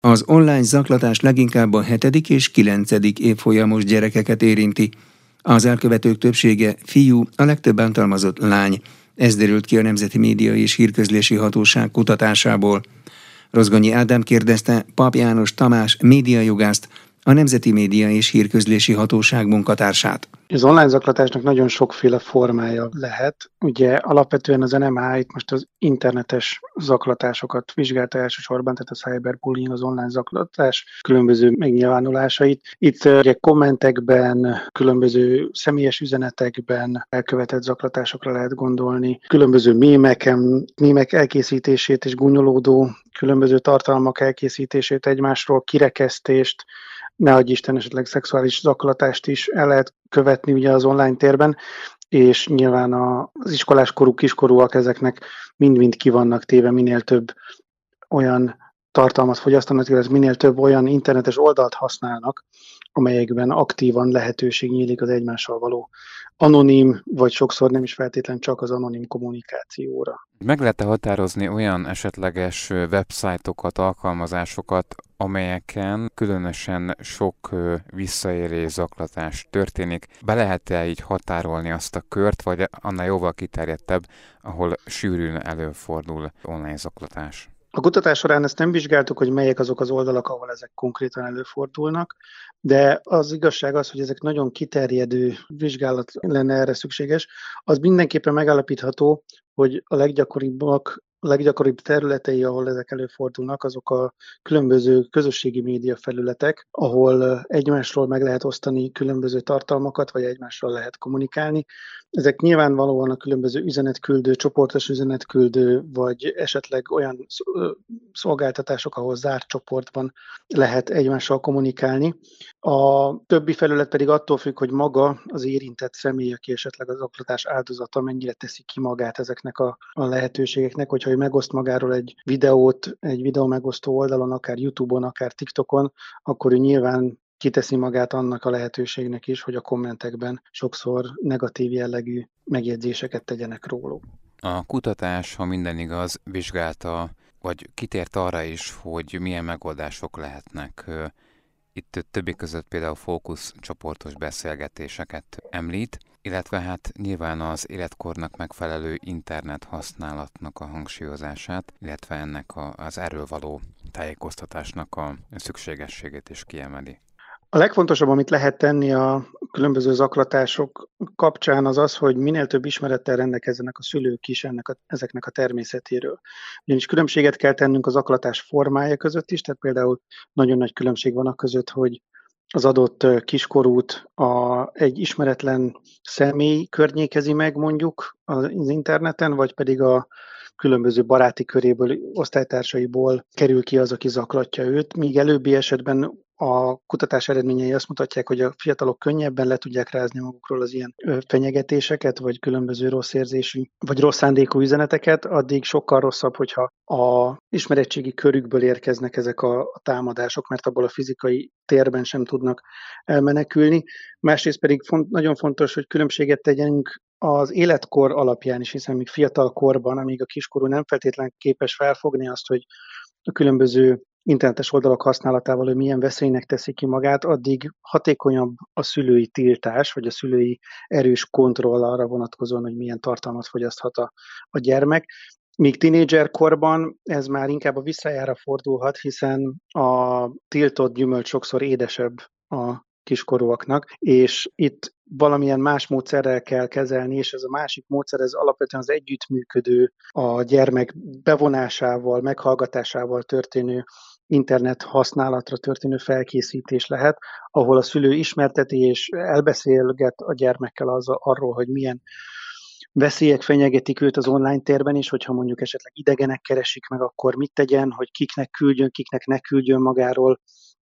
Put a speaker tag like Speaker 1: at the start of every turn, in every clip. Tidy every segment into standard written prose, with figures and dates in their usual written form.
Speaker 1: Az online zaklatás leginkább a 7. és 9. évfolyamos gyerekeket érinti. Az elkövetők többsége fiú, a legtöbb bántalmazott lány. Ez derült ki a Nemzeti Média és Hírközlési Hatóság kutatásából. Rozgonyi Ádám kérdezte Pap János Tamás médiajogászt, a Nemzeti Média és Hírközlési Hatóság munkatársát.
Speaker 2: Az online zaklatásnak nagyon sokféle formája lehet. Ugye alapvetően az NMH itt most az internetes zaklatásokat vizsgálta elsősorban, tehát a cyberbullying, az online zaklatás különböző megnyilvánulásait. Itt ugye kommentekben, különböző személyes üzenetekben elkövetett zaklatásokra lehet gondolni, különböző mémek elkészítését és gúnyolódó különböző tartalmak elkészítését, egymásról kirekesztést, ne adj Isten, esetleg szexuális zaklatást is el lehet követni ugye az online térben, és nyilván az iskoláskorú kiskorúak ezeknek mind-mind ki vannak téve, minél több olyan tartalmat fogyasztanak, illetve minél több olyan internetes oldalt használnak, amelyekben aktívan lehetőség nyílik az egymással való anonim, vagy sokszor nem is feltétlenül csak az anonim kommunikációra.
Speaker 3: Meg lehet-e határozni olyan esetleges websájtokat, alkalmazásokat, amelyeken különösen sok visszaérés, zaklatás történik? Be lehet-e így határolni azt a kört, vagy annál jóval kiterjedtebb, ahol sűrűn előfordul online zaklatás?
Speaker 2: A kutatás során ezt nem vizsgáltuk, hogy melyek azok az oldalak, ahol ezek konkrétan előfordulnak, de az igazság az, hogy ezek nagyon kiterjedő vizsgálat lenne erre szükséges. Az mindenképpen megállapítható, hogy a leggyakoribb területei, ahol ezek előfordulnak, azok a különböző közösségi média felületek, ahol egymásról meg lehet osztani különböző tartalmakat, vagy egymással lehet kommunikálni. Ezek nyilvánvalóan a különböző üzenetküldő, csoportos üzenetküldő, vagy esetleg olyan szolgáltatások, ahol zárt csoportban lehet egymással kommunikálni. A többi felület pedig attól függ, hogy maga az érintett személy, aki esetleg az zaklatás áldozata, mennyire teszi ki magát ezeknek a lehetőségeknek, hogyha ő megoszt magáról egy videót, egy videó megosztó oldalon, akár YouTube-on, akár TikTokon, akkor ő nyilván kiteszi magát annak a lehetőségnek is, hogy a kommentekben sokszor negatív jellegű megjegyzéseket tegyenek róluk.
Speaker 3: A kutatás, ha minden igaz, vizsgálta, vagy kitért arra is, hogy milyen megoldások lehetnek. Itt többek között például fókuszcsoportos beszélgetéseket említ, illetve hát nyilván az életkornak megfelelő internet használatnak a hangsúlyozását, illetve ennek az erről való tájékoztatásnak a szükségességét is kiemeli.
Speaker 2: A legfontosabb, amit lehet tenni a különböző zaklatások kapcsán, az az, hogy minél több ismerettel rendelkezzenek a szülők is ezeknek a természetéről. Ugyanis különbséget kell tennünk a zaklatás formája között is, tehát például nagyon nagy különbség van a között, hogy az adott kiskorút egy ismeretlen személy környékezi meg mondjuk az interneten, vagy pedig a különböző baráti köréből, osztálytársaiból kerül ki az, aki zaklatja őt, míg előbbi esetben a kutatás eredményei azt mutatják, hogy a fiatalok könnyebben le tudják rázni magukról az ilyen fenyegetéseket, vagy különböző rossz érzésű, vagy rossz szándékú üzeneteket, addig sokkal rosszabb, hogyha a ismeretségi körükből érkeznek ezek a támadások, mert abból a fizikai térben sem tudnak elmenekülni. Másrészt pedig nagyon fontos, hogy különbséget tegyünk az életkor alapján is, hiszen még fiatal korban, amíg a kiskorú nem feltétlenül képes felfogni azt, hogy a különböző internetes oldalak használatával ő milyen veszélynek teszi ki magát, addig hatékonyabb a szülői tiltás, vagy a szülői erős kontroll arra vonatkozóan, hogy milyen tartalmat fogyaszthat a gyermek. Míg tinédzserkorban ez már inkább a visszajára fordulhat, hiszen a tiltott gyümölcs sokszor édesebb a kiskorúaknak, és itt valamilyen más módszerrel kell kezelni, és ez a másik módszer, ez alapvetően az együttműködő, a gyermek bevonásával, meghallgatásával történő internet használatra történő felkészítés lehet, ahol a szülő ismerteti és elbeszélget a gyermekkel arról, hogy milyen veszélyek fenyegetik őt az online térben is, hogyha mondjuk esetleg idegenek keresik meg, akkor mit tegyen, hogy kiknek küldjön, kiknek ne küldjön magáról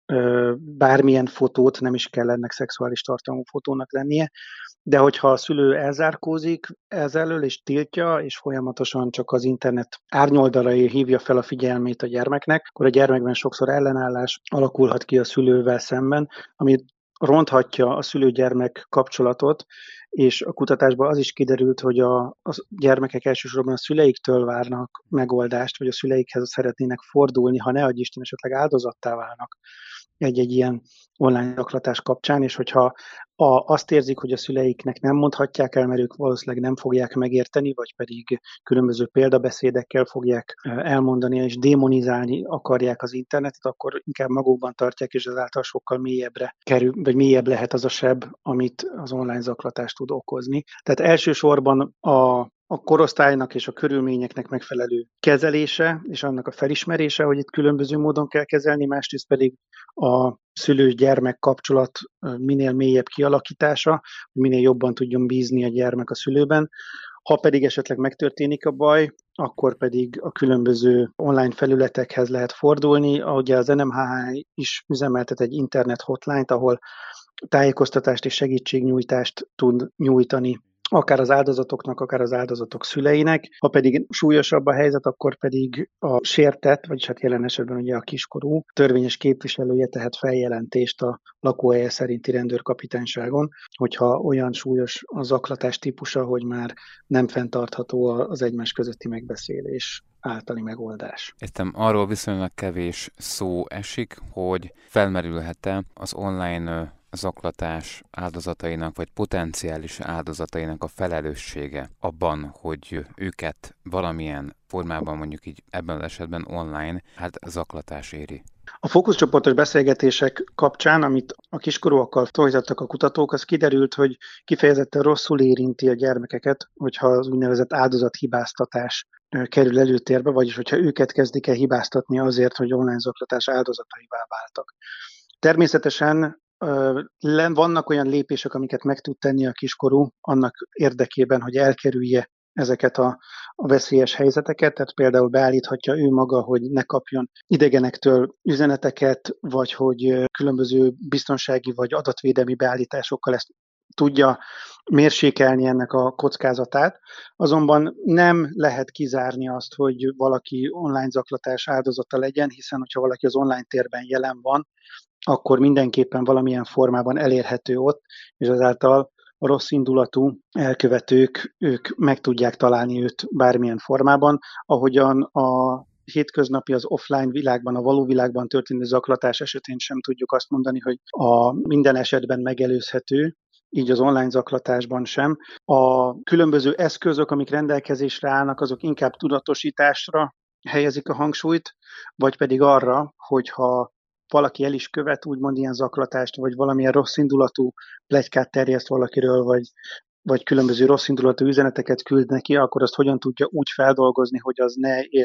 Speaker 2: bármilyen fotót, nem is kell ennek szexuális tartalmú fotónak lennie, de hogyha a szülő elzárkózik ez elől és tiltja, és folyamatosan csak az internet árnyoldalai hívja fel a figyelmét a gyermeknek, akkor a gyermekben sokszor ellenállás alakulhat ki a szülővel szemben, ami ronthatja a szülő-gyermek kapcsolatot, és a kutatásban az is kiderült, hogy a gyermekek elsősorban a szüleiktől várnak megoldást, vagy a szüleikhez szeretnének fordulni, ha ne adj Isten esetleg áldozattá válnak egy ilyen online zaklatás kapcsán, és hogyha azt érzik, hogy a szüleiknek nem mondhatják el, mert ők valószínűleg nem fogják megérteni, vagy pedig különböző példabeszédekkel fogják elmondani, és démonizálni akarják az internetet, akkor inkább magukban tartják, és ezáltal sokkal mélyebbre kerül, vagy mélyebb lehet az a seb, amit az online zaklatás tud okozni. Tehát elsősorban a korosztálynak és a körülményeknek megfelelő kezelése, és annak a felismerése, hogy itt különböző módon kell kezelni, másrészt pedig a szülő-gyermek kapcsolat minél mélyebb kialakítása, hogy minél jobban tudjon bízni a gyermek a szülőben. Ha pedig esetleg megtörténik a baj, akkor pedig a különböző online felületekhez lehet fordulni. Ahogy az NMHH is üzemeltet egy internet hotline-t, ahol tájékoztatást és segítségnyújtást tud nyújtani akár az áldozatoknak, akár az áldozatok szüleinek. Ha pedig súlyosabb a helyzet, akkor pedig a sértett, vagyis hát jelen esetben ugye a kiskorú törvényes képviselője tehet feljelentést a lakóhelye szerinti rendőrkapitányságon, hogyha olyan súlyos a zaklatás típusa, hogy már nem fenntartható az egymás közötti megbeszélés általi megoldás.
Speaker 3: Értem, arról viszonylag kevés szó esik, hogy felmerülhet-e az online zaklatás áldozatainak, vagy potenciális áldozatainak a felelőssége abban, hogy őket valamilyen formában, mondjuk így ebben az esetben online, zaklatás éri.
Speaker 2: A fókuszcsoportos beszélgetések kapcsán, amit a kiskorúakkal folytattak a kutatók, az kiderült, hogy kifejezetten rosszul érinti a gyermekeket, hogyha az úgynevezett áldozathibáztatás kerül előtérbe, vagyis hogyha őket kezdik el hibáztatni azért, hogy online zaklatás áldozataivá váltak. Természetesen vannak olyan lépések, amiket meg tud tenni a kiskorú annak érdekében, hogy elkerülje ezeket a veszélyes helyzeteket, tehát például beállíthatja ő maga, hogy ne kapjon idegenektől üzeneteket, vagy hogy különböző biztonsági vagy adatvédelmi beállításokkal ezt tudja mérsékelni ennek a kockázatát. Azonban nem lehet kizárni azt, hogy valaki online zaklatás áldozata legyen, hiszen hogyha valaki az online térben jelen van, akkor mindenképpen valamilyen formában elérhető ott, és ezáltal a rossz indulatú elkövetők, ők meg tudják találni őt bármilyen formában, ahogyan a hétköznapi az offline világban, a való világban történő zaklatás esetén sem tudjuk azt mondani, hogy minden esetben megelőzhető, így az online zaklatásban sem. A különböző eszközök, amik rendelkezésre állnak, azok inkább tudatosításra helyezik a hangsúlyt, vagy pedig arra, hogyha valaki el is követ úgymond ilyen zaklatást, vagy valamilyen rosszindulatú pletykát terjeszt valakiről, vagy különböző rosszindulatú üzeneteket küld neki, akkor azt hogyan tudja úgy feldolgozni, hogy az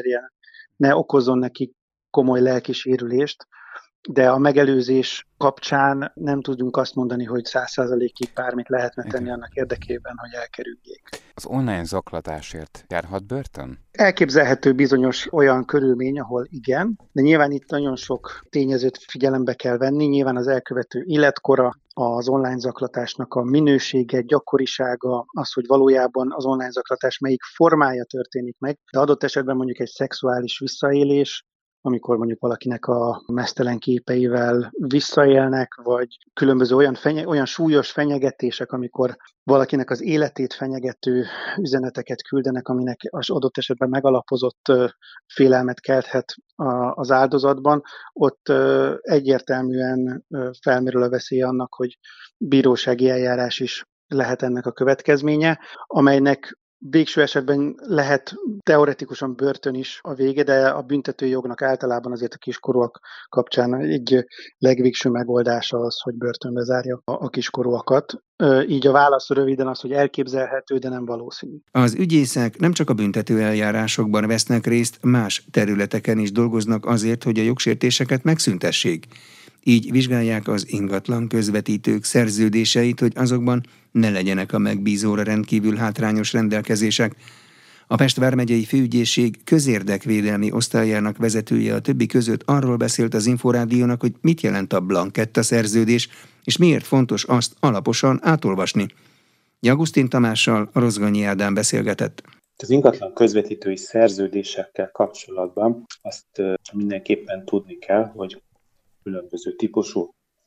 Speaker 2: ne okozzon neki komoly lelki sérülést, de a megelőzés kapcsán nem tudunk azt mondani, hogy 100%-ig bármit lehetne tenni annak érdekében, hogy elkerüljék.
Speaker 3: Az online zaklatásért járhat börtön?
Speaker 2: Elképzelhető bizonyos olyan körülmény, ahol igen, de nyilván itt nagyon sok tényezőt figyelembe kell venni, nyilván az elkövető életkora, az online zaklatásnak a minősége, gyakorisága, az, hogy valójában az online zaklatás melyik formája történik meg, de adott esetben mondjuk egy szexuális visszaélés, amikor mondjuk valakinek a meztelen képeivel visszaélnek, vagy különböző olyan súlyos fenyegetések, amikor valakinek az életét fenyegető üzeneteket küldenek, aminek az adott esetben megalapozott félelmet kelthet az áldozatban, ott egyértelműen felmerül a veszély annak, hogy bírósági eljárás is lehet ennek a következménye, amelynek végső esetben lehet teoretikusan börtön is a vége, de a büntetőjognak általában azért a kiskorúak kapcsán egy legvégső megoldása az, hogy börtönbe zárja a kiskorúakat. Így a válasz röviden az, hogy elképzelhető, de nem valószínű.
Speaker 1: Az ügyészek nem csak a büntető eljárásokban vesznek részt, más területeken is dolgoznak azért, hogy a jogsértéseket megszüntessék. Így vizsgálják az ingatlan közvetítők szerződéseit, hogy azokban ne legyenek a megbízóra rendkívül hátrányos rendelkezések. A Pest vármegyei főügyészség közérdekvédelmi osztályának vezetője a többi között arról beszélt az Inforádiónak, hogy mit jelent a blanketta szerződés, és miért fontos azt alaposan átolvasni. Jagustin Tamással Rozgonyi Ádám beszélgetett.
Speaker 4: Az ingatlan közvetítői szerződésekkel kapcsolatban azt mindenképpen tudni kell, hogy különböző típusú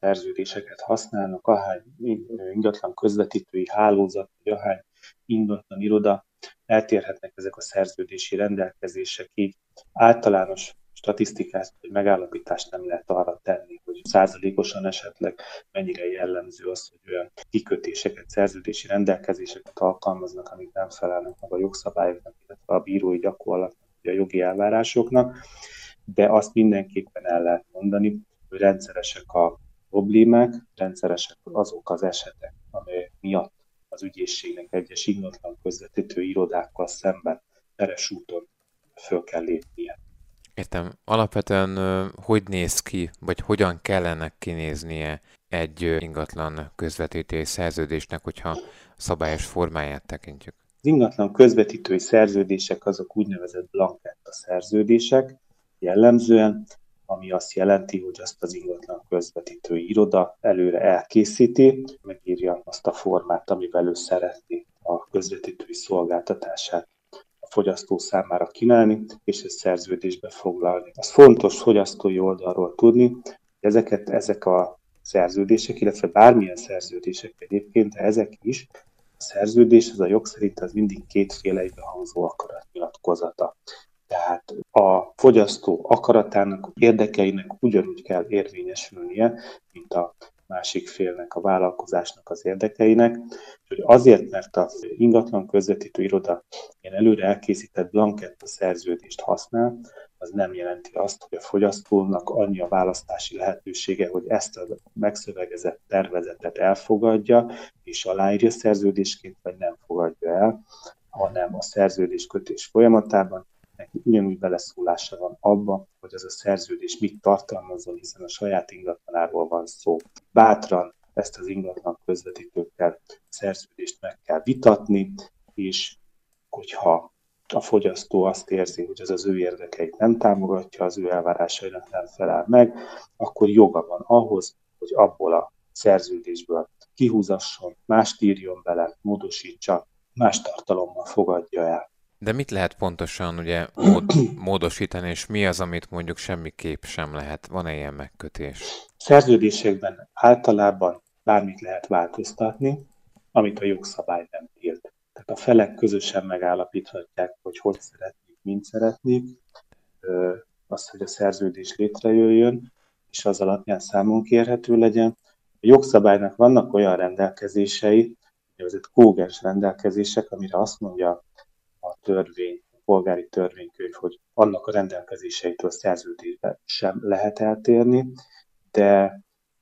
Speaker 4: szerződéseket használnak, ahány ingatlan közvetítői hálózat, vagy ahány ingatlan iroda, eltérhetnek ezek a szerződési rendelkezések, így általános statisztikát vagy megállapítást nem lehet arra tenni, hogy százalékosan esetleg mennyire jellemző az, hogy olyan kikötéseket, szerződési rendelkezéseket alkalmaznak, amik nem felelnek meg a jogszabályoknak, illetve a bírói gyakorlatnak, vagy a jogi elvárásoknak, de azt mindenképpen el lehet mondani, hogy rendszeresek a problémák, rendszeresek azok az esetek, amelyek miatt az ügyészségnek egyes ingatlan közvetítő irodákkal szemben peres úton föl kell lépnie.
Speaker 3: Értem. Alapvetően hogy néz ki, vagy hogyan kellene kinéznie egy ingatlan közvetítői szerződésnek, hogyha szabályos formáját tekintjük?
Speaker 4: Az ingatlan közvetítői szerződések azok úgynevezett blanketta szerződések jellemzően, ami azt jelenti, hogy azt az ingatlan közvetítői iroda előre elkészíti, megírja azt a formát, amivel ő szeretné a közvetítői szolgáltatását a fogyasztó számára kínálni, és ezt szerződésbe foglalni. Az fontos fogyasztói oldalról tudni, hogy ezek a szerződések, illetve bármilyen szerződések egyébként, de ezek is, a szerződés, az a jog szerint az mindig kétféle egybehangzó akaratnyilatkozata. Tehát a fogyasztó akaratának, érdekeinek ugyanúgy kell érvényesülnie, mint a másik félnek, a vállalkozásnak az érdekeinek. Úgyhogy azért, mert az ingatlan közvetítő iroda ilyen előre elkészített blanketta szerződést használ, az nem jelenti azt, hogy a fogyasztónak annyi a választási lehetősége, hogy ezt a megszövegezett tervezetet elfogadja, és aláírja szerződésként, vagy nem fogadja el, hanem a szerződéskötés folyamatában neki ugyanúgy beleszólása van abba, hogy az a szerződés mit tartalmazzon, hiszen a saját ingatlanáról van szó. Bátran ezt az ingatlan közvetítőkkel szerződést meg kell vitatni, és hogyha a fogyasztó azt érzi, hogy ez az ő érdekeit nem támogatja, az ő elvárásainak nem felel meg, akkor joga van ahhoz, hogy abból a szerződésből kihúzasson, mást írjon bele, módosítsa, más tartalommal fogadja el.
Speaker 3: De mit lehet pontosan ugye módosítani, és mi az, amit mondjuk semmiképp sem lehet? Van-e ilyen megkötés?
Speaker 4: Szerződésekben általában bármit lehet változtatni, amit a jogszabály nem tilt. Tehát a felek közösen megállapíthatják, hogy szeretnék, mint szeretnék, azt, hogy a szerződés létrejöjjön, és az alapján számon kérhető legyen. A jogszabálynak vannak olyan rendelkezései, úgynevezett kógens rendelkezések, amire azt mondja a törvény, a polgári törvénykönyv, hogy annak a rendelkezéseitől szerződésben sem lehet eltérni, de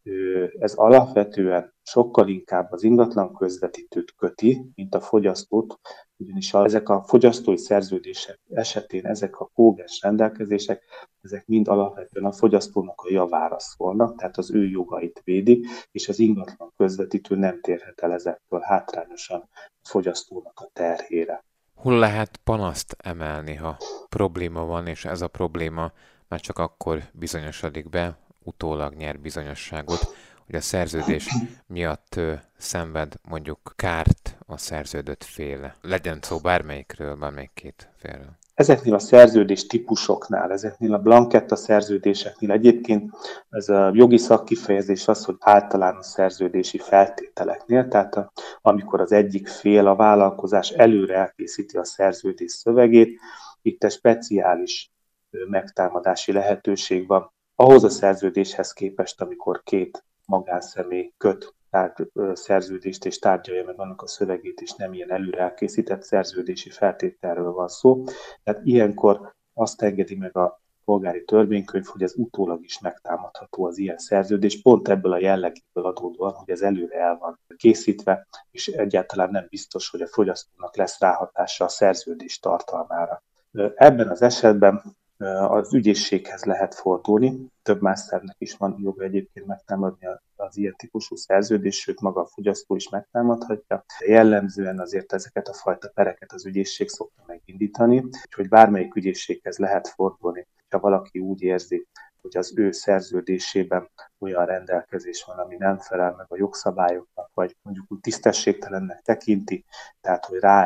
Speaker 4: ez alapvetően sokkal inkább az ingatlan közvetítőt köti, mint a fogyasztót, ugyanis ezek a fogyasztói szerződések esetén ezek a kógens rendelkezések, ezek mind alapvetően a fogyasztónak a javára szólnak, tehát az ő jogait védik, és az ingatlan közvetítő nem térhet el ezektől hátrányosan a fogyasztónak a terhére.
Speaker 3: Hol lehet panaszt emelni, ha probléma van, és ez a probléma már csak akkor bizonyosodik be, utólag nyer bizonyosságot, hogy a szerződés miatt szenved mondjuk kárt a szerződött fél. Legyen szó bármelyikről, bármelyik két félről.
Speaker 4: Ezeknél a szerződés típusoknál, ezeknél a blanketta szerződéseknél egyébként ez a jogi szakkifejezés az, hogy általános szerződési feltételeknél, tehát amikor az egyik fél, a vállalkozás előre elkészíti a szerződés szövegét, itt egy speciális megtámadási lehetőség van ahhoz a szerződéshez képest, amikor két magánszemély köt szerződést és tárgyalja meg annak a szövegét, és nem ilyen előre elkészített szerződési feltételről van szó. Tehát ilyenkor azt engedi meg a polgári törvénykönyv, hogy ez utólag is megtámadható az ilyen szerződés, pont ebből a jellegéből adódóan, hogy ez előre el van készítve, és egyáltalán nem biztos, hogy a fogyasztónak lesz ráhatása a szerződés tartalmára. Ebben az esetben az ügyészséghez lehet fordulni, több más szervnek is van joga egyébként megtámadni az ilyen típusú szerződést, sőt maga a fogyasztó is megtámadhatja. De jellemzően azért ezeket a fajta pereket az ügyészség szokta megindítani, úgyhogy bármelyik ügyészséghez lehet fordulni, ha valaki úgy érzi, hogy az ő szerződésében olyan rendelkezés van, ami nem felel meg a jogszabályoknak, vagy mondjuk úgy tisztességtelennek tekinti, tehát hogy rá ez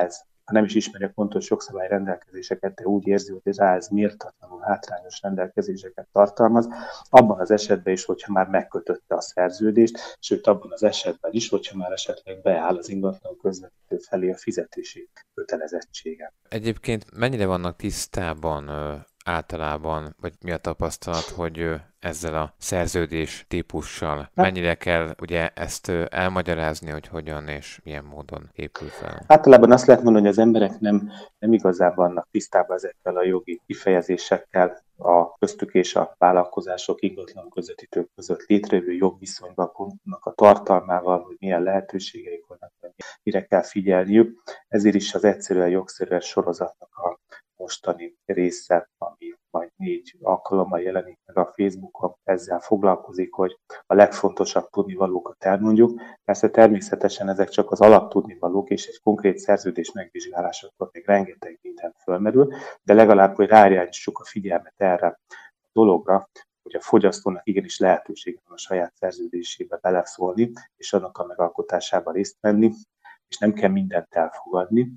Speaker 4: ha nem is ismeri a pontos jogszabály rendelkezéseket, de úgy érzi, hogy ez méltatlanul hátrányos rendelkezéseket tartalmaz, abban az esetben is, hogyha már megkötötte a szerződést, sőt abban az esetben is, hogyha már esetleg beáll az ingatlan közvetítő felé a fizetési kötelezettsége.
Speaker 3: Egyébként mennyire vannak tisztában általában, vagy mi a tapasztalat, hogy ezzel a szerződés típussal mennyire kell ugye ezt elmagyarázni, hogy hogyan és milyen módon épül fel?
Speaker 4: Általában azt lehet mondani, hogy az emberek nem igazán vannak tisztában ezekkel a jogi kifejezésekkel, a köztük és a vállalkozások, ingatlan közvetítők között létrejövő jogviszonyban, a tartalmával, hogy milyen lehetőségeik vannak, mire kell figyelniük. Ezért is az egyszerűen jogszerűen sorozatnak a mostani része, ami majd 4 alkalommal jelenik meg a Facebookon, ezzel foglalkozik, hogy a legfontosabb tudnivalókat elmondjuk. Persze természetesen ezek csak az alaptudnivalók, és egy konkrét szerződés megvizsgálásakor még rengeteg minden fölmerül, de legalább, hogy ráirányítsuk a figyelmet erre a dologra, hogy a fogyasztónak igenis lehetősége van a saját szerződésébe beleszólni, és annak a megalkotásában részt venni, és nem kell mindent elfogadni.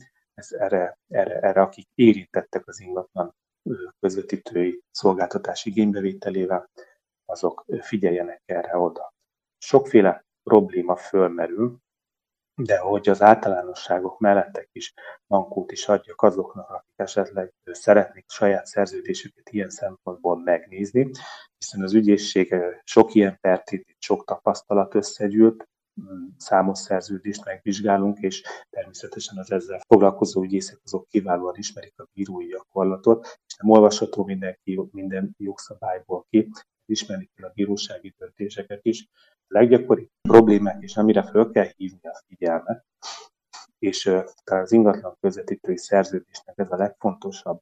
Speaker 4: Erre akik érintettek az ingatlan közvetítői szolgáltatás igénybevételével, azok figyeljenek erre oda. Sokféle probléma fölmerül, de hogy az általánosságok mellettek is mankót is adjak azoknak, akik esetleg szeretnék saját szerződésüket ilyen szempontból megnézni, hiszen az ügyészség sok ilyen pertét, sok tapasztalat összegyűlt, számos szerződést megvizsgálunk, és természetesen az ezzel foglalkozó ügyészek azok kiválóan ismerik a bírói gyakorlatot, és nem olvasható minden jogszabályból ki, ismerni kell a bírósági döntéseket is. A leggyakoribb problémák, és amire föl kell hívni a figyelmet, és az ingatlan közvetítői szerződésnek ez a legfontosabb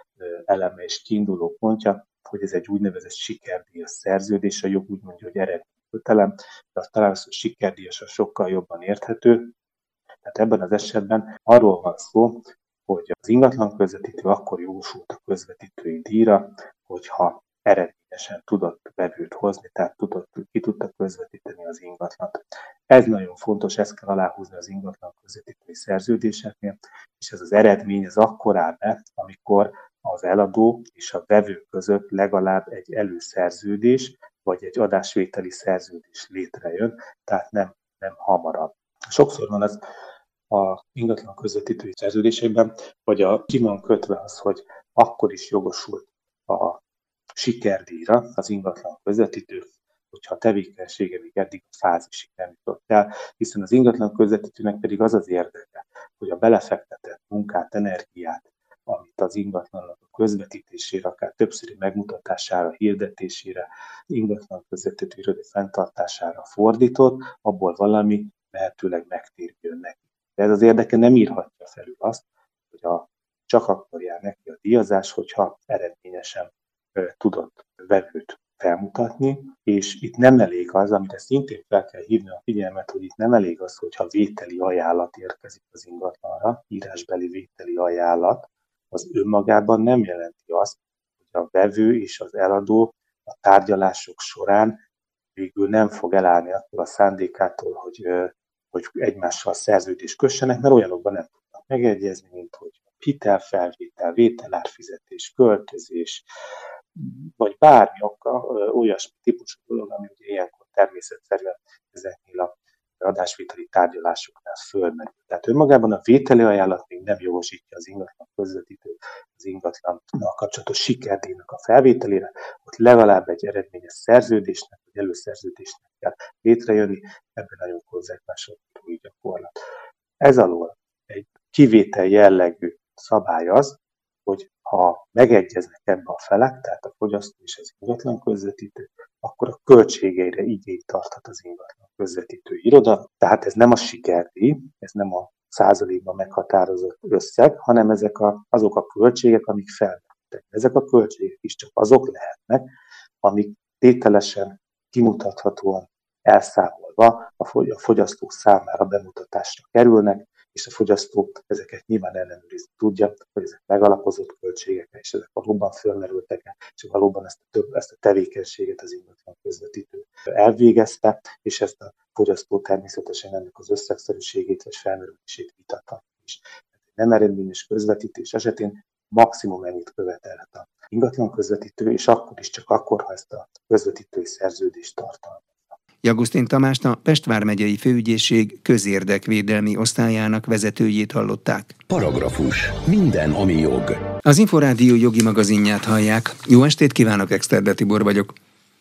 Speaker 4: eleme és kiinduló pontja, hogy ez egy úgynevezett sikerdíjas szerződés, a jog úgy mondja, hogy eredménykötelem, de talán az, hogy sikerdíjas sokkal jobban érthető. Tehát ebben az esetben arról van szó, hogy az ingatlan közvetítő akkor jogosult a közvetítői díjra, hogyha eredményesen tudott vevőt hozni, tehát ki tudta közvetíteni az ingatlant. Ez nagyon fontos, ezt kell aláhúzni az ingatlan közvetítői szerződéseknél, és ez az eredmény az akkor áll be, amikor az eladó és a vevő között legalább egy előszerződés, vagy egy adásvételi szerződés létrejön, tehát nem hamarabb. Sokszor van az a ingatlan közvetítői szerződésekben, vagy ki van kötve az, hogy akkor is jogosult a sikerdíjra az ingatlan közvetítő, hogyha a tevékenysége még eddig a fázisig nem jutott el, hiszen az ingatlan közvetítőnek pedig az az érdeke, hogy a belefektetett munkát, energiát, amit az ingatlannak a közvetítésére, akár többszöri megmutatására, hirdetésére, ingatlan közvetítő iroda fenntartására fordított, abból valami lehetőleg megtérjön neki. De ez az érdeke nem írhatja felül azt, hogy csak akkor jár neki a díjazás, hogyha eredményesen tudott vevőt felmutatni, és itt nem elég az, amire szintén fel kell hívni a figyelmet, hogy itt nem elég az, hogyha vételi ajánlat érkezik az ingatlanra, írásbeli vételi ajánlat, az önmagában nem jelenti azt, hogy a vevő és az eladó a tárgyalások során végül nem fog elállni attól a szándékától, hogy egymással szerződést kössenek, mert olyanokban nem tudnak megegyezni, mint hogy hitelfelvétel, vételárfizetés, költözés, vagy bármi olyasmi típusú dolog, ami ugye ilyenkor természetszerűen ezeknél a adásvételi tárgyalásoknál fölmerül. Tehát önmagában a vételi ajánlat még nem jogosítja az ingatlan közvetítő az ingatlannal kapcsolatos sikerdíjnak a felvételére, ott legalább egy eredményes szerződésnek, vagy előszerződésnek kell létrejönni, ebben nagyon konzekvens a bírói gyakorlat. Ez alól egy kivétel jellegű szabály az, hogy ha megegyeznek ebbe a felek, tehát a fogyasztó és az ingatlan közvetítő, akkor a költségeire igényt tarthat az ingatlan közvetítő iroda. Tehát ez nem a sikerdíj, ez nem a százalékban meghatározott összeg, hanem ezek azok a költségek, amik felmerültek. Ezek a költségek is csak azok lehetnek, amik tételesen, kimutathatóan elszámolva a fogyasztó számára bemutatásra kerülnek, és a fogyasztó ezeket nyilván ellenőrizni tudja, hogy ezek megalapozott költségek, és ezek valóban fölmerültek, és valóban ezt a tevékenységet az ingatlan közvetítő elvégezte, és ezt a fogyasztó természetesen ennek az összegszerűségét vagy felmerülését vitathatja is. Nem eredményes közvetítés esetén maximum ennyit követelhet az ingatlan közvetítő, és akkor is csak akkor, ha ezt a közvetítői szerződést tartalmaz.
Speaker 1: Jagusztin Tamást, a Pest vármegyei főügyészség közérdekvédelmi osztályának vezetőjét hallották.
Speaker 5: Paragrafus. Minden, ami jog.
Speaker 1: Az Inforádió jogi magazinját hallják. Jó estét kívánok, Exterde Tibor vagyok.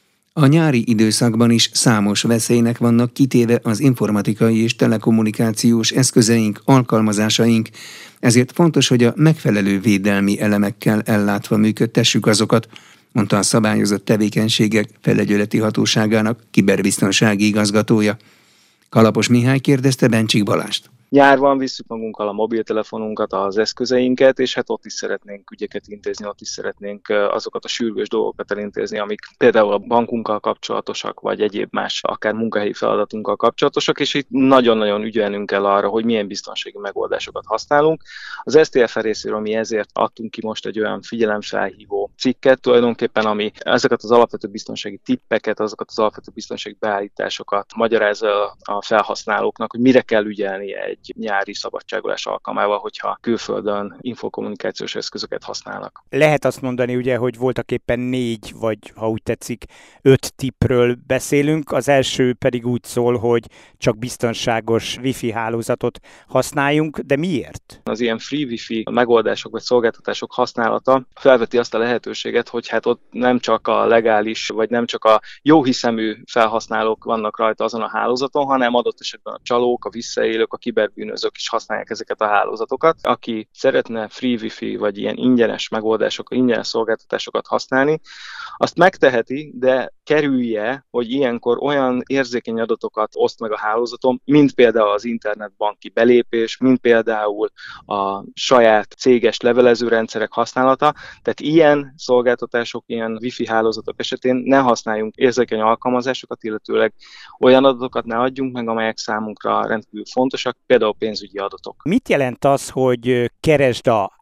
Speaker 1: A nyári időszakban is számos veszélynek vannak kitéve az informatikai és telekommunikációs eszközeink, alkalmazásaink, ezért fontos, hogy a megfelelő védelmi elemekkel ellátva működtessük azokat, mondta a Szabályozott Tevékenységek Felügyeleti Hatóságának kiberbiztonsági igazgatója. Kalapos Mihály kérdezte Bencsik Balást.
Speaker 6: Nyárban visszük magunkkal a mobiltelefonunkat, az eszközeinket, és hát ott is szeretnénk ügyeket intézni, ott is szeretnénk azokat a sürgős dolgokat elintézni, amik például a bankunkkal kapcsolatosak, vagy egyéb más, akár munkahelyi feladatunkkal kapcsolatosak, és itt nagyon-nagyon ügyelnünk kell arra, hogy milyen biztonsági megoldásokat használunk. Az STFR részéről mi ezért adtunk ki most egy olyan figyelemfelhívó cikket tulajdonképpen, ami ezeket az alapvető biztonsági tippeket, azokat az alapvető biztonsági beállításokat magyarázza a felhasználóknak, hogy mire kell ügyelni egy nyári szabadságolás alkalmával, hogyha külföldön infokommunikációs eszközöket használnak.
Speaker 7: Lehet azt mondani, ugye, hogy voltak éppen 4, vagy ha úgy tetszik, 5 tippről beszélünk. Az első pedig úgy szól, hogy csak biztonságos wifi hálózatot használjunk, de miért?
Speaker 6: Az ilyen free wifi megoldások vagy szolgáltatások használata felveti azt a lehetőséget, hogy hát ott nem csak a legális, vagy nem csak a jóhiszemű felhasználók vannak rajta azon a hálózaton, hanem adott esetben a csalók, a visszaélők, a kiberbűnözők is használják ezeket a hálózatokat. Aki szeretne free wifi vagy ilyen ingyenes megoldásokat, ingyenes szolgáltatásokat használni, azt megteheti, de kerülje, hogy ilyenkor olyan érzékeny adatokat oszt meg a hálózaton, mint például az internetbanki belépés, mint például a saját céges levelezőrendszerek használata. Tehát ilyen szolgáltatások, ilyen wifi hálózatok esetén ne használjunk érzékeny alkalmazásokat, illetőleg olyan adatokat ne adjunk meg, amelyek számunkra rendkívül fontosak, például pénzügyi adatok.
Speaker 7: Mit jelent az, hogy keresd a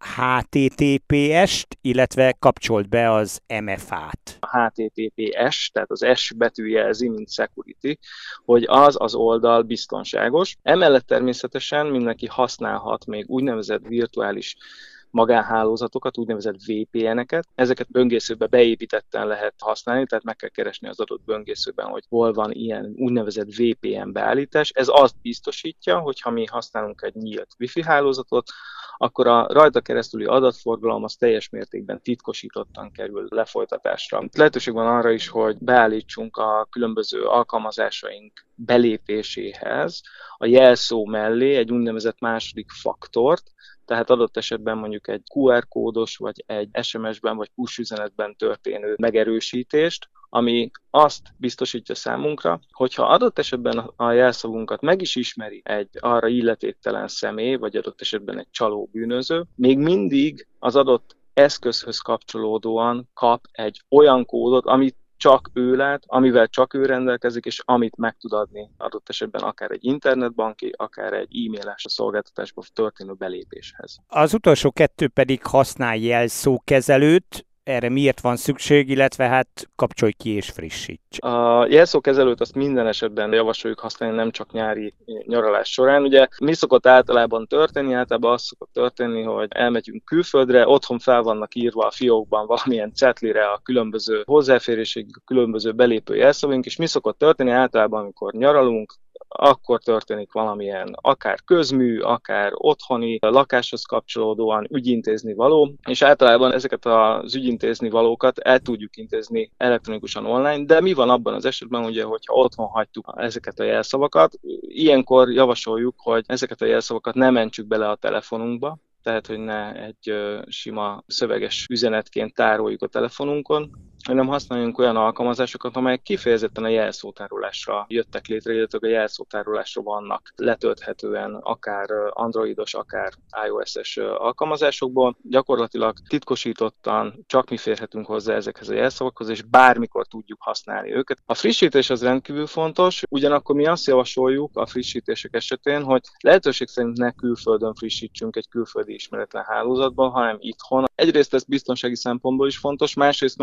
Speaker 7: HTTPS-t, illetve kapcsold be az MFA-t?
Speaker 6: A HTTPS, tehát az S betű jelzi, mint security, hogy az oldal biztonságos. Emellett természetesen mindenki használhat még úgynevezett virtuális magánhálózatokat, úgynevezett VPN-eket. Ezeket böngészőbe beépítetten lehet használni, tehát meg kell keresni az adott böngészőben, hogy hol van ilyen úgynevezett VPN beállítás. Ez azt biztosítja, hogy ha mi használunk egy nyílt Wi-Fi hálózatot, akkor a rajta keresztüli adatforgalom az teljes mértékben titkosítottan kerül lefolytatásra. Lehetőség van arra is, hogy beállítsunk a különböző alkalmazásaink belépéséhez a jelszó mellé egy úgynevezett második faktort, tehát adott esetben mondjuk egy QR kódos, vagy egy SMS-ben, vagy push üzenetben történő megerősítést, ami azt biztosítja számunkra, hogyha adott esetben a jelszavunkat meg is ismeri egy arra illetéktelen személy, vagy adott esetben egy csaló bűnöző, még mindig az adott eszközhöz kapcsolódóan kap egy olyan kódot, amit csak ő lát, amivel csak ő rendelkezik, és amit meg tud adni adott esetben akár egy internetbanki, akár egy e-mailes szolgáltatásba történő belépéshez.
Speaker 7: Az utolsó 2 pedig használ jelszókezelőt. Erre miért van szükség, illetve hát kapcsolj ki és frissíts?
Speaker 6: A jelszókezelőt azt minden esetben javasoljuk használni, nem csak nyári nyaralás során. Ugye mi szokott általában történni? Általában az szokott történni, hogy elmegyünk külföldre, otthon fel vannak írva a fiókban valamilyen cetlire a különböző hozzáférésig, a különböző belépő jelszavunk, és mi szokott történni általában, amikor nyaralunk, akkor történik valamilyen akár közmű, akár otthoni, lakáshoz kapcsolódóan ügyintézni való, és általában ezeket az ügyintézni valókat el tudjuk intézni elektronikusan online, de mi van abban az esetben, ugye, hogyha otthon hagytuk ezeket a jelszavakat, ilyenkor javasoljuk, hogy ezeket a jelszavakat ne mentsük bele a telefonunkba, tehát, hogy ne egy sima szöveges üzenetként tároljuk a telefonunkon, hanem használjunk olyan alkalmazásokat, amelyek kifejezetten a jelszótárolásra jöttek létre, illetve a jelszótárolásra vannak letölthetően akár androidos, akár iOS-es alkalmazásokból. Gyakorlatilag titkosítottan csak mi férhetünk hozzá ezekhez a jelszavakhoz, és bármikor tudjuk használni őket. A frissítés az rendkívül fontos, ugyanakkor mi azt javasoljuk a frissítések esetén, hogy lehetőség szerint ne külföldön frissítsünk egy külföldi ismeretlen hálózatban, hanem itthon. Egyrészt ez biztonsági szempontból is fontos, másrészt meg ugye ez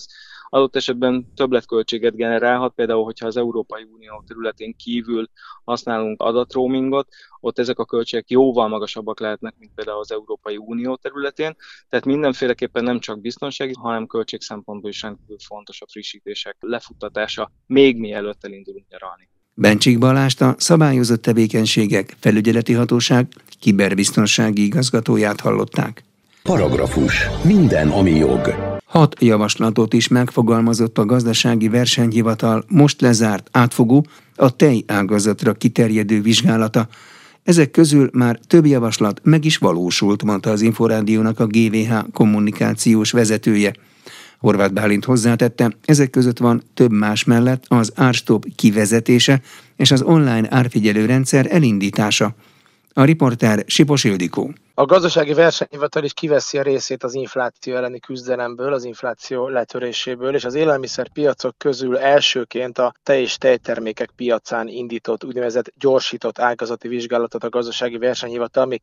Speaker 6: adott esetben többletköltséget generálhat, például, hogyha az Európai Unió területén kívül használunk adatroamingot, ott ezek a költségek jóval magasabbak lehetnek, mint például az Európai Unió területén, tehát mindenféleképpen nem csak biztonsági, hanem költség szempontból is rendkívül fontos a frissítések lefuttatása, még mielőtt elindulunk nyaralni.
Speaker 1: Bencsik Balást, a Szabályozott Tevékenységek Felügyeleti Hatóság kiberbiztonsági igazgatóját hallották.
Speaker 5: Paragrafus. Minden, ami jog.
Speaker 1: 6 javaslatot is megfogalmazott a Gazdasági Versenyhivatal most lezárt átfogó, a tejágazatra kiterjedő vizsgálata. Ezek közül már több javaslat meg is valósult, mondta az Inforádiónak a GVH kommunikációs vezetője. Horváth Bálint hozzátette, ezek között van több más mellett az árstop kivezetése és az online árfigyelő rendszer elindítása. A riporter Sipos Ildikó.
Speaker 8: A Gazdasági Versenyhivatal is kiveszi a részét az infláció elleni küzdelemből, az infláció letöréséből, és az élelmiszerpiacok közül elsőként a tej és tejtermékek piacán indított úgynevezett gyorsított ágazati vizsgálatot a Gazdasági Versenyhivatal még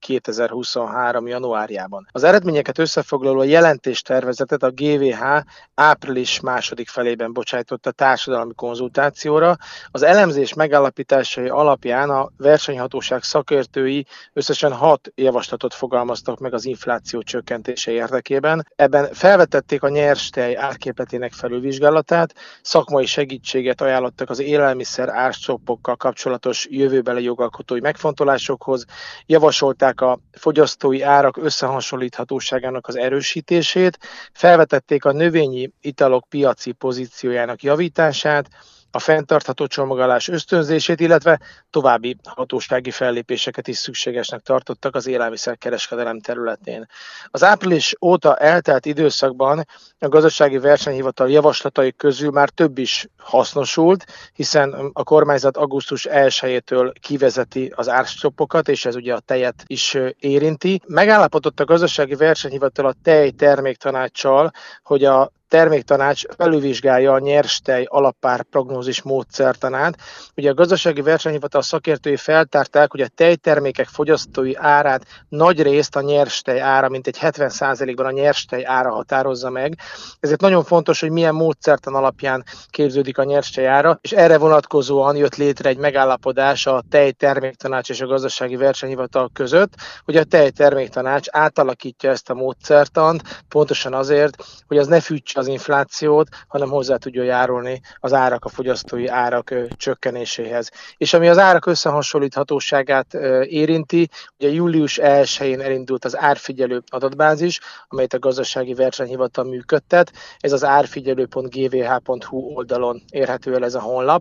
Speaker 8: 2023. januárjában. Az eredményeket összefoglaló jelentéstervezetet a GVH április második felében bocsájtotta társadalmi konzultációra. Az elemzés megállapításai alapján a versenyhatóság szakértői összesen 6 javaslatot fogalmaztak meg az infláció csökkentése érdekében. Ebben felvetették a nyerstej árképletének felülvizsgálatát, szakmai segítséget ajánlottak az élelmiszer árstoppokkal kapcsolatos jövőbeli jogalkotói megfontolásokhoz, javasolták a fogyasztói árak összehasonlíthatóságának az erősítését, felvetették a növényi italok piaci pozíciójának javítását, a fenntartható csomagolás ösztönzését, illetve további hatósági fellépéseket is szükségesnek tartottak az élelmiszerkereskedelem területén. Az április óta eltelt időszakban a Gazdasági Versenyhivatal javaslatai közül már több is hasznosult, hiszen a kormányzat augusztus 1-től kivezeti az árstoppokat, és ez ugye a tejet is érinti. Megállapodott a Gazdasági Versenyhivatal a tej terméktanáccsal, hogy a terméktanács felülvizsgálja a nyerstej alappár prognózis módszertanát. Ugye a Gazdasági Versenyhivatal szakértői feltárták, hogy a tejtermékek fogyasztói árát nagy részt a nyerstej ára, mintegy 70%-ban a nyerstej ára határozza meg. Ezért nagyon fontos, hogy milyen módszertan alapján képződik a nyerstej ára, és erre vonatkozóan jött létre egy megállapodás a tejterméktanács és a Gazdasági Versenyhivatal között, hogy a tejterméktanács átalakítja ezt a módszertant, pontosan azért, hogy az ne fűtse az inflációt, hanem hozzá tudja járulni az árak, a fogyasztói árak csökkenéséhez. És ami az árak összehasonlíthatóságát érinti, ugye július 1-én elindult az árfigyelő adatbázis, amelyet a Gazdasági Versenyhivatal működtet. Ez az árfigyelő.gvh.hu oldalon érhető el ez a honlap.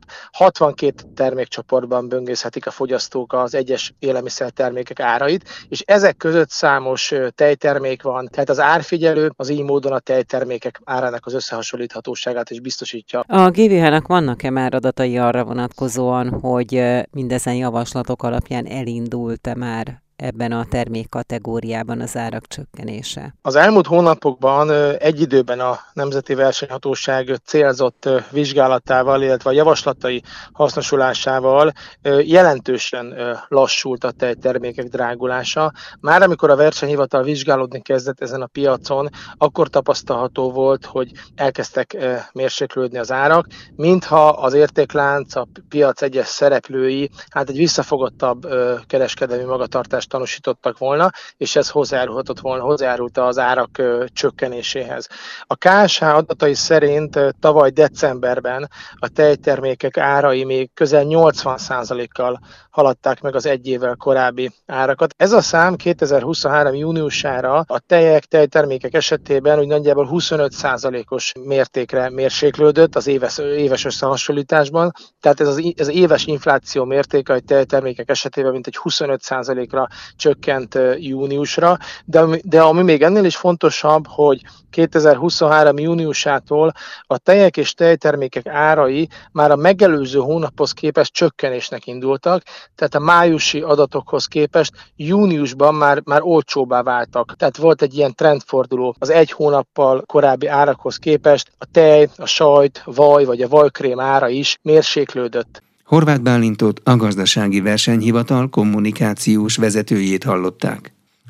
Speaker 8: 62 termékcsoportban böngészhetik a fogyasztók az egyes élelmiszertermékek árait, és ezek között számos tejtermék van, tehát az árfigyelő az így módon a tejtermékek árának az összehasonlíthatóságát is biztosítja.
Speaker 9: A GVH-nak vannak-e már adatai arra vonatkozóan, hogy mindezen javaslatok alapján elindult-e már ebben a termékkategóriában az árak csökkenése?
Speaker 8: Az elmúlt hónapokban egy időben a Nemzeti Versenyhatóság célzott vizsgálatával, illetve a javaslatai hasznosulásával jelentősen lassult a tejtermékek drágulása. Már amikor a versenyhivatal vizsgálódni kezdett ezen a piacon, akkor tapasztalható volt, hogy elkezdtek mérséklődni az árak, mintha az értéklánc, a piac egyes szereplői egy visszafogottabb kereskedelmi magatartást tanúsítottak volna, és ez hozzájárult az árak csökkenéséhez. A KSH adatai szerint tavaly decemberben a tejtermékek árai még közel 80%-kal haladták meg az egy évvel korábbi árakat. Ez a szám 2023. júniusára a tejtermékek esetében úgy nagyjából 25%-os mértékre mérséklődött az éves összehasonlításban, tehát ez az éves infláció mértéke a tejtermékek esetében mintegy 25%-ra csökkent júniusra, de ami még ennél is fontosabb, hogy 2023. júniusától a tejek és tejtermékek árai már a megelőző hónaphoz képest csökkenésnek indultak, tehát a májusi adatokhoz képest júniusban már olcsóbbá váltak. Tehát volt egy ilyen trendforduló az egy hónappal korábbi árakhoz képest, a tej, a sajt, vaj vagy a vajkrém ára is mérséklődött.
Speaker 1: Horváth Bálintot, a Gazdasági Versenyhivatal kommunikációs vezetőjét hallották.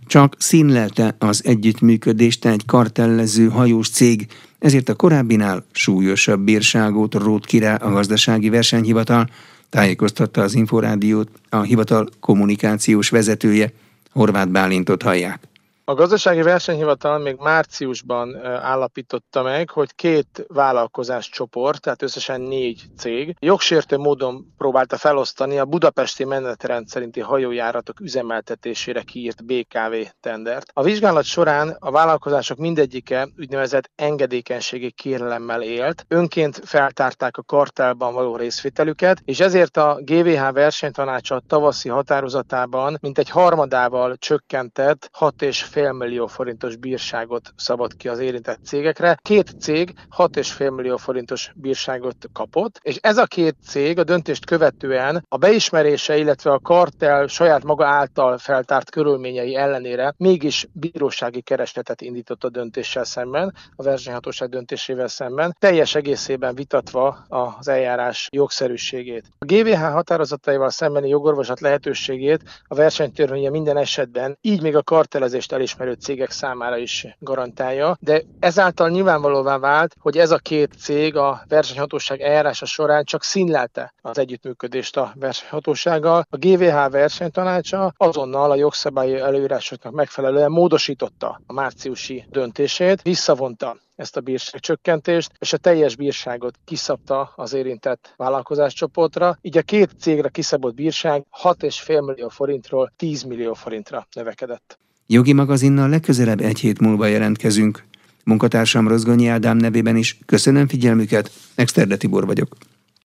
Speaker 1: csak színlelte az együttműködést egy kartellező hajós cég, ezért a korábbinál súlyosabb bírságot rótt ki rá a gazdasági versenyhivatal, tájékoztatta az Inforádiót a hivatal kommunikációs vezetője. Horváth Bálintot hallják.
Speaker 8: A gazdasági versenyhivatal még márciusban állapította meg, hogy 2 vállalkozáscsoport, tehát összesen 4 cég jogsértő módon próbálta felosztani a budapesti menetrend szerinti hajójáratok üzemeltetésére kiírt BKV tendert. A vizsgálat során a vállalkozások mindegyike úgynevezett engedékenységi kérelemmel élt, önként feltárták a kartellban való részvételüket, és ezért a GVH versenytanácsa tavaszi határozatában mintegy harmadával csökkentett 6,5 millió forintos bírságot szabott ki az érintett cégekre. 2 cég 6,5 millió forintos bírságot kapott, és ez a 2 cég a döntést követően a beismerése, illetve a kartell saját maga által feltárt körülményei ellenére mégis bírósági keresletet indított a döntéssel szemben, a versenyhatóság döntésével szemben, teljes egészében vitatva az eljárás jogszerűségét. A GVH határozataival szembeni jogorvoslat lehetőségét a versenytörvénye minden esetben, így még a kartellezést elismerő cégek számára is garantálja, de ezáltal nyilvánvalóvá vált, hogy ez a 2 cég a versenyhatóság eljárása során csak színlelte az együttműködést a versenyhatósággal. A GVH versenytanácsa azonnal a jogszabályi előírásoknak megfelelően módosította a márciusi döntését, visszavonta ezt a bírságcsökkentést, és a teljes bírságot kiszabta az érintett vállalkozáscsoportra, így a 2 cégre kiszabott bírság 6,5 millió forintról 10 millió forintra növekedett.
Speaker 1: Jogi magazinnal legközelebb 1 hét múlva jelentkezünk. Munkatársam Rozgonyi Ádám nevében is köszönöm figyelmüket, Exterde Tibor vagyok.